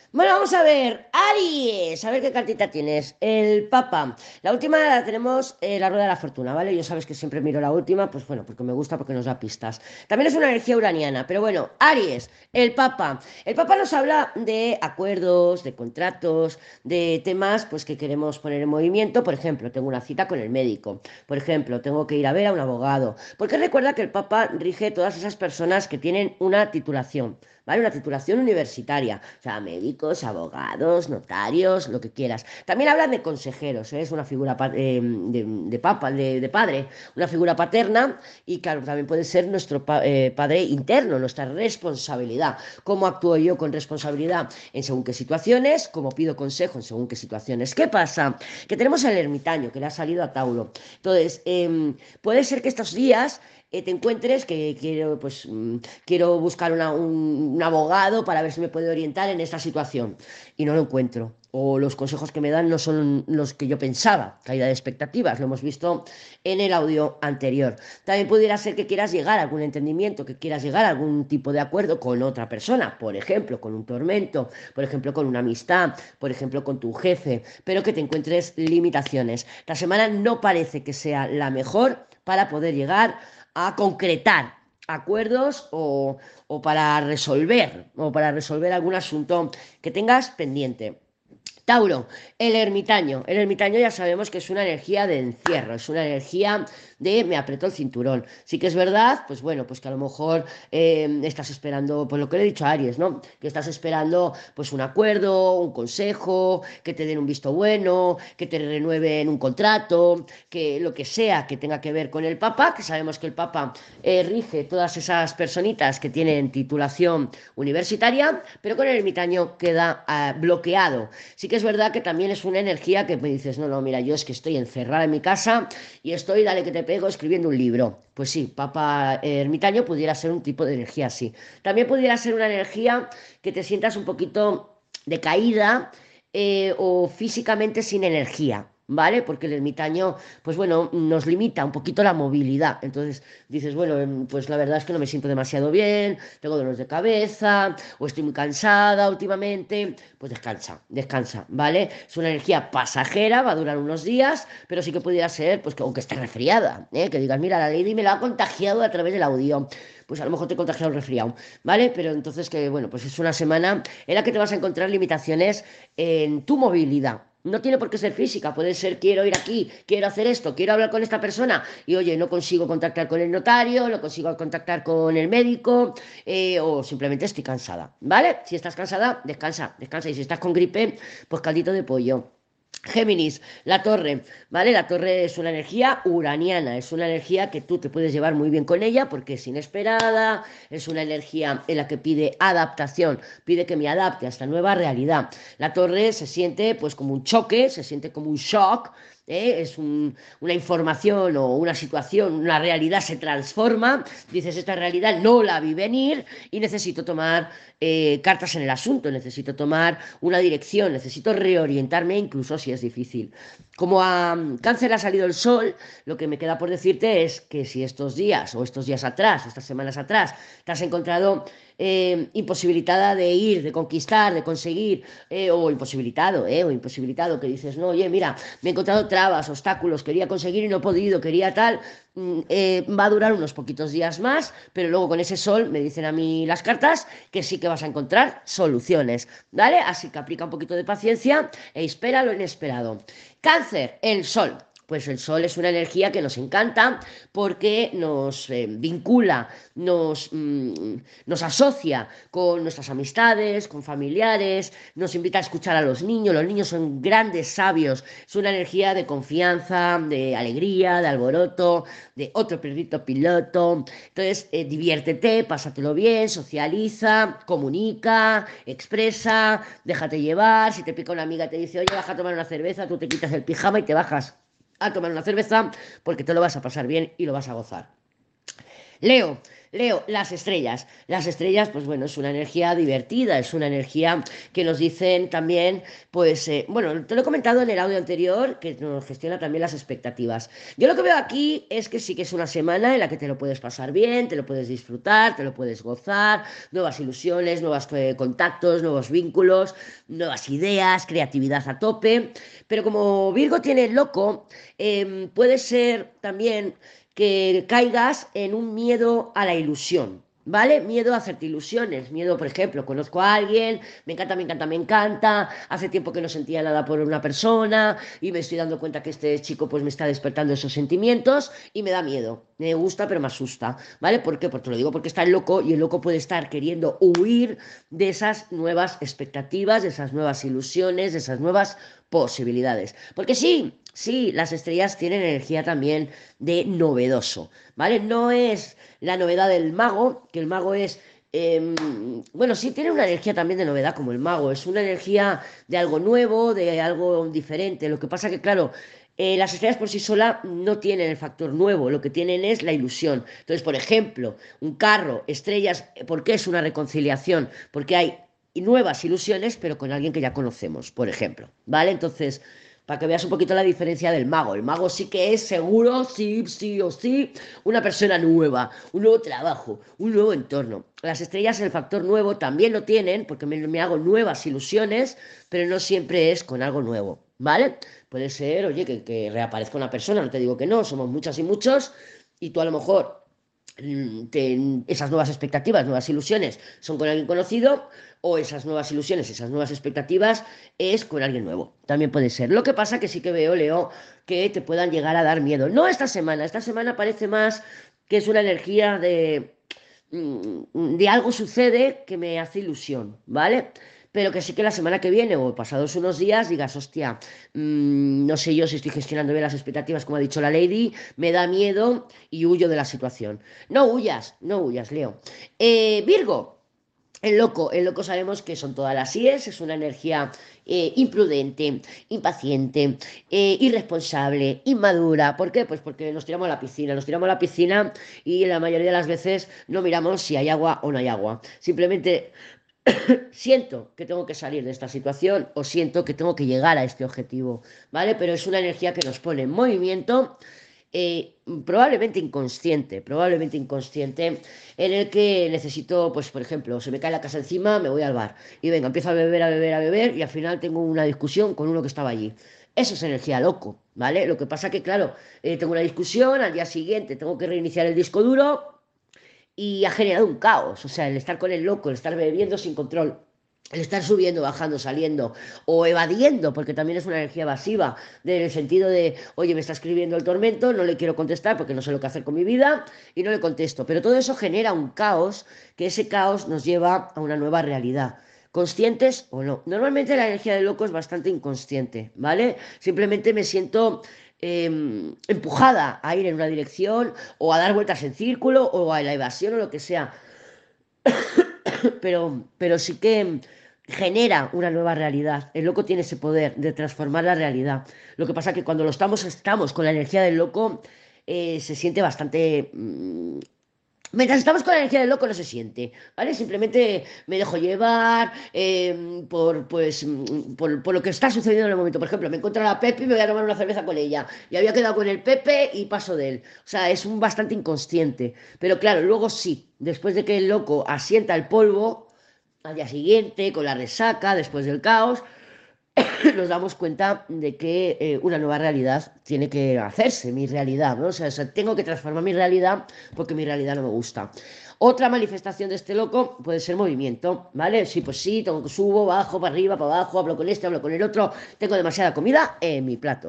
Bueno, vamos a ver, Aries, a ver qué cartita tienes. El Papa. La última la tenemos, la Rueda de la Fortuna, ¿vale? Yo sabes que siempre miro la última, pues bueno, porque me gusta, porque nos da pistas. También es una energía uraniana, pero bueno, Aries, el Papa. El Papa nos habla de acuerdos, de contratos, de temas, pues que queremos poner en movimiento. Por ejemplo, tengo una cita con el médico. Por ejemplo, tengo que ir a ver a un abogado. Porque recuerda que el Papa rige todas esas personas que tienen una titulación. ¿Vale? Una titulación universitaria, o sea, médicos, abogados, notarios, lo que quieras. También hablan de consejeros, ¿eh? Es una figura de papa, de padre, una figura paterna y claro, también puede ser nuestro padre interno, nuestra responsabilidad. ¿Cómo actúo yo con responsabilidad en según qué situaciones? ¿Cómo pido consejo en según qué situaciones? ¿Qué pasa? Que tenemos el ermitaño que le ha salido a Tauro. Entonces, puede ser que estos días te encuentres que quiero, pues, quiero buscar un abogado para ver si me puede orientar en esta situación y no lo encuentro. O los consejos que me dan no son los que yo pensaba, caída de expectativas, lo hemos visto en el audio anterior. También pudiera ser que quieras llegar a algún entendimiento, que quieras llegar a algún tipo de acuerdo con otra persona, por ejemplo, con un tormento, por ejemplo, con una amistad, por ejemplo, con tu jefe, pero que te encuentres limitaciones. La semana no parece que sea la mejor para poder llegar a concretar acuerdos o para resolver algún asunto que tengas pendiente. Tauro, el ermitaño. El ermitaño ya sabemos que es una energía de encierro, es una energía de me aprieto el cinturón. Sí que es verdad, pues bueno, pues que a lo mejor estás esperando, pues lo que le he dicho a Aries, ¿no? Que estás esperando pues un acuerdo, un consejo, que te den un visto bueno, que te renueven un contrato, que lo que sea que tenga que ver con el Papa, que sabemos que el Papa rige todas esas personitas que tienen titulación universitaria, pero con el ermitaño queda bloqueado. Sí que es verdad que también es una energía que me dices, no, no, mira, yo es que estoy encerrada en mi casa y estoy, dale que te pego, escribiendo un libro. Pues sí, Papa Ermitaño pudiera ser un tipo de energía así. También pudiera ser una energía que te sientas un poquito decaída o físicamente sin energía. ¿Vale? Porque el ermitaño, pues bueno, nos limita un poquito la movilidad. Entonces dices, bueno, pues la verdad es que no me siento demasiado bien, tengo dolores de cabeza, o estoy muy cansada últimamente, pues descansa, descansa, ¿vale? Es una energía pasajera, va a durar unos días, pero sí que pudiera ser, pues que aunque esté resfriada, ¿eh? Que digas, mira, la Lady me la ha contagiado a través del audio. Pues a lo mejor te he contagiado el resfriado, ¿vale? Pero entonces que, bueno, pues es una semana en la que te vas a encontrar limitaciones en tu movilidad. No tiene por qué ser física, puede ser quiero ir aquí, quiero hacer esto, quiero hablar con esta persona y oye, no consigo contactar con el notario, no consigo contactar con el médico o simplemente estoy cansada, ¿vale? Si estás cansada, descansa, descansa y si estás con gripe, pues caldito de pollo. Géminis, la torre, ¿vale? La torre es una energía uraniana, es una energía que tú te puedes llevar muy bien con ella porque es inesperada, es una energía en la que pide adaptación, pide que me adapte a esta nueva realidad. La torre se siente pues como un choque, se siente como un shock, es una información o una situación, una realidad se transforma, dices esta realidad no la vi venir y necesito tomar cartas en el asunto, necesito tomar una dirección, necesito reorientarme incluso si es difícil. Como a Cáncer ha salido el sol, lo que me queda por decirte es que si estos días o estos días atrás, estas semanas atrás, te has encontrado imposibilitada de ir, de conquistar, de conseguir, o imposibilitado, que dices, no, oye, mira, me he encontrado trabas, obstáculos, quería conseguir y no he podido, quería tal, va a durar unos poquitos días más, pero luego con ese sol me dicen a mí las cartas que sí que vas a encontrar soluciones, ¿vale? Así que aplica un poquito de paciencia e espera lo inesperado. Cáncer, el sol. Pues el sol es una energía que nos encanta porque nos vincula, nos asocia con nuestras amistades, con familiares, nos invita a escuchar a los niños son grandes sabios, es una energía de confianza, de alegría, de alboroto, de otro perrito piloto. Entonces, diviértete, pásatelo bien, socializa, comunica, expresa, déjate llevar. Si te pica una amiga y te dice, oye, baja a tomar una cerveza, tú te quitas el pijama y te bajas a tomar una cerveza porque te lo vas a pasar bien y lo vas a gozar. Leo, Leo, las estrellas. Las estrellas, pues bueno, es una energía divertida, es una energía que nos dicen también, pues, bueno, te lo he comentado en el audio anterior, que nos gestiona también las expectativas. Yo lo que veo aquí es que sí que es una semana en la que te lo puedes pasar bien, te lo puedes disfrutar, te lo puedes gozar, nuevas ilusiones, nuevos contactos, nuevos vínculos, nuevas ideas, creatividad a tope. Pero como Virgo tiene el loco, puede ser también que caigas en un miedo a la ilusión, ¿vale? Miedo a hacerte ilusiones, miedo, por ejemplo, conozco a alguien, me encanta, me encanta, me encanta, hace tiempo que no sentía nada por una persona y me estoy dando cuenta que este chico pues me está despertando esos sentimientos y me da miedo, me gusta pero me asusta, ¿vale? ¿Por qué? Porque te lo digo porque está el loco y el loco puede estar queriendo huir de esas nuevas expectativas, de esas nuevas ilusiones, de esas nuevas posibilidades. Porque sí, sí, las estrellas tienen energía también de novedoso, ¿vale? No es la novedad del mago, que el mago es, bueno, sí tiene una energía también de novedad como el mago, es una energía de algo nuevo, de algo diferente. Lo que pasa que, claro, las estrellas por sí solas no tienen el factor nuevo, lo que tienen es la ilusión. Entonces, por ejemplo, un carro, estrellas, ¿por qué es una reconciliación? Porque hay nuevas ilusiones, pero con alguien que ya conocemos, por ejemplo, ¿vale? Entonces, para que veas un poquito la diferencia del mago. El mago sí que es seguro, sí, sí o sí, una persona nueva, un nuevo trabajo, un nuevo entorno. Las estrellas, el factor nuevo, también lo tienen, porque me hago nuevas ilusiones, pero no siempre es con algo nuevo, ¿vale? Puede ser, oye, que reaparezca una persona, no te digo que no, somos muchas y muchos, y tú a lo mejor esas nuevas expectativas, nuevas ilusiones son con alguien conocido o esas nuevas ilusiones, esas nuevas expectativas es con alguien nuevo. También puede ser. Lo que pasa que sí que veo, Leo, que te puedan llegar a dar miedo. No esta semana parece más que es una energía de algo sucede que me hace ilusión, ¿vale? Pero que sí que la semana que viene o pasados unos días digas, hostia, no sé yo si estoy gestionando bien las expectativas, como ha dicho la lady, me da miedo y huyo de la situación. No huyas, no huyas, Leo. Virgo. El loco sabemos que son todas las IES, es una energía imprudente, impaciente, irresponsable, inmadura. ¿Por qué? Pues porque nos tiramos a la piscina y la mayoría de las veces no miramos si hay agua o no hay agua. Simplemente siento que tengo que salir de esta situación o siento que tengo que llegar a este objetivo, ¿vale? Pero es una energía que nos pone en movimiento, probablemente inconsciente, en el que necesito, pues por ejemplo, se me cae la casa encima, me voy al bar y venga, empiezo a beber, a beber, a beber y al final tengo una discusión con uno que estaba allí. Eso es energía loco, ¿vale? Lo que pasa que, claro, tengo una discusión, al día siguiente tengo que reiniciar el disco duro y ha generado un caos. O sea, el estar con el loco, el estar bebiendo sin control, el estar subiendo, bajando, saliendo o evadiendo, porque también es una energía evasiva, en el sentido de, oye, me está escribiendo el tormento, no le quiero contestar porque no sé lo que hacer con mi vida y no le contesto. Pero todo eso genera un caos, que ese caos nos lleva a una nueva realidad. ¿Conscientes o no? Normalmente la energía del loco es bastante inconsciente, ¿vale? Simplemente me siento empujada a ir en una dirección o a dar vueltas en círculo o a la evasión o lo que sea, pero sí que genera una nueva realidad. El loco tiene ese poder de transformar la realidad. Lo que pasa es que cuando estamos con la energía del loco, se siente bastante. Mientras estamos con la energía del loco no se siente, ¿vale? Simplemente me dejo llevar por lo que está sucediendo en el momento. Por ejemplo, me encuentro a la Pepe y me voy a tomar una cerveza con ella. Y había quedado con el Pepe y paso de él. O sea, es un bastante inconsciente. Pero claro, luego sí, después de que el loco asienta el polvo, al día siguiente, con la resaca, después del caos, nos damos cuenta de que una nueva realidad tiene que hacerse, mi realidad, ¿no? O sea, tengo que transformar mi realidad porque mi realidad no me gusta. Otra manifestación de este loco puede ser movimiento, ¿vale? Sí, pues sí, tengo que subo, bajo, para arriba, para abajo, hablo con este, hablo con el otro, tengo demasiada comida en mi plato.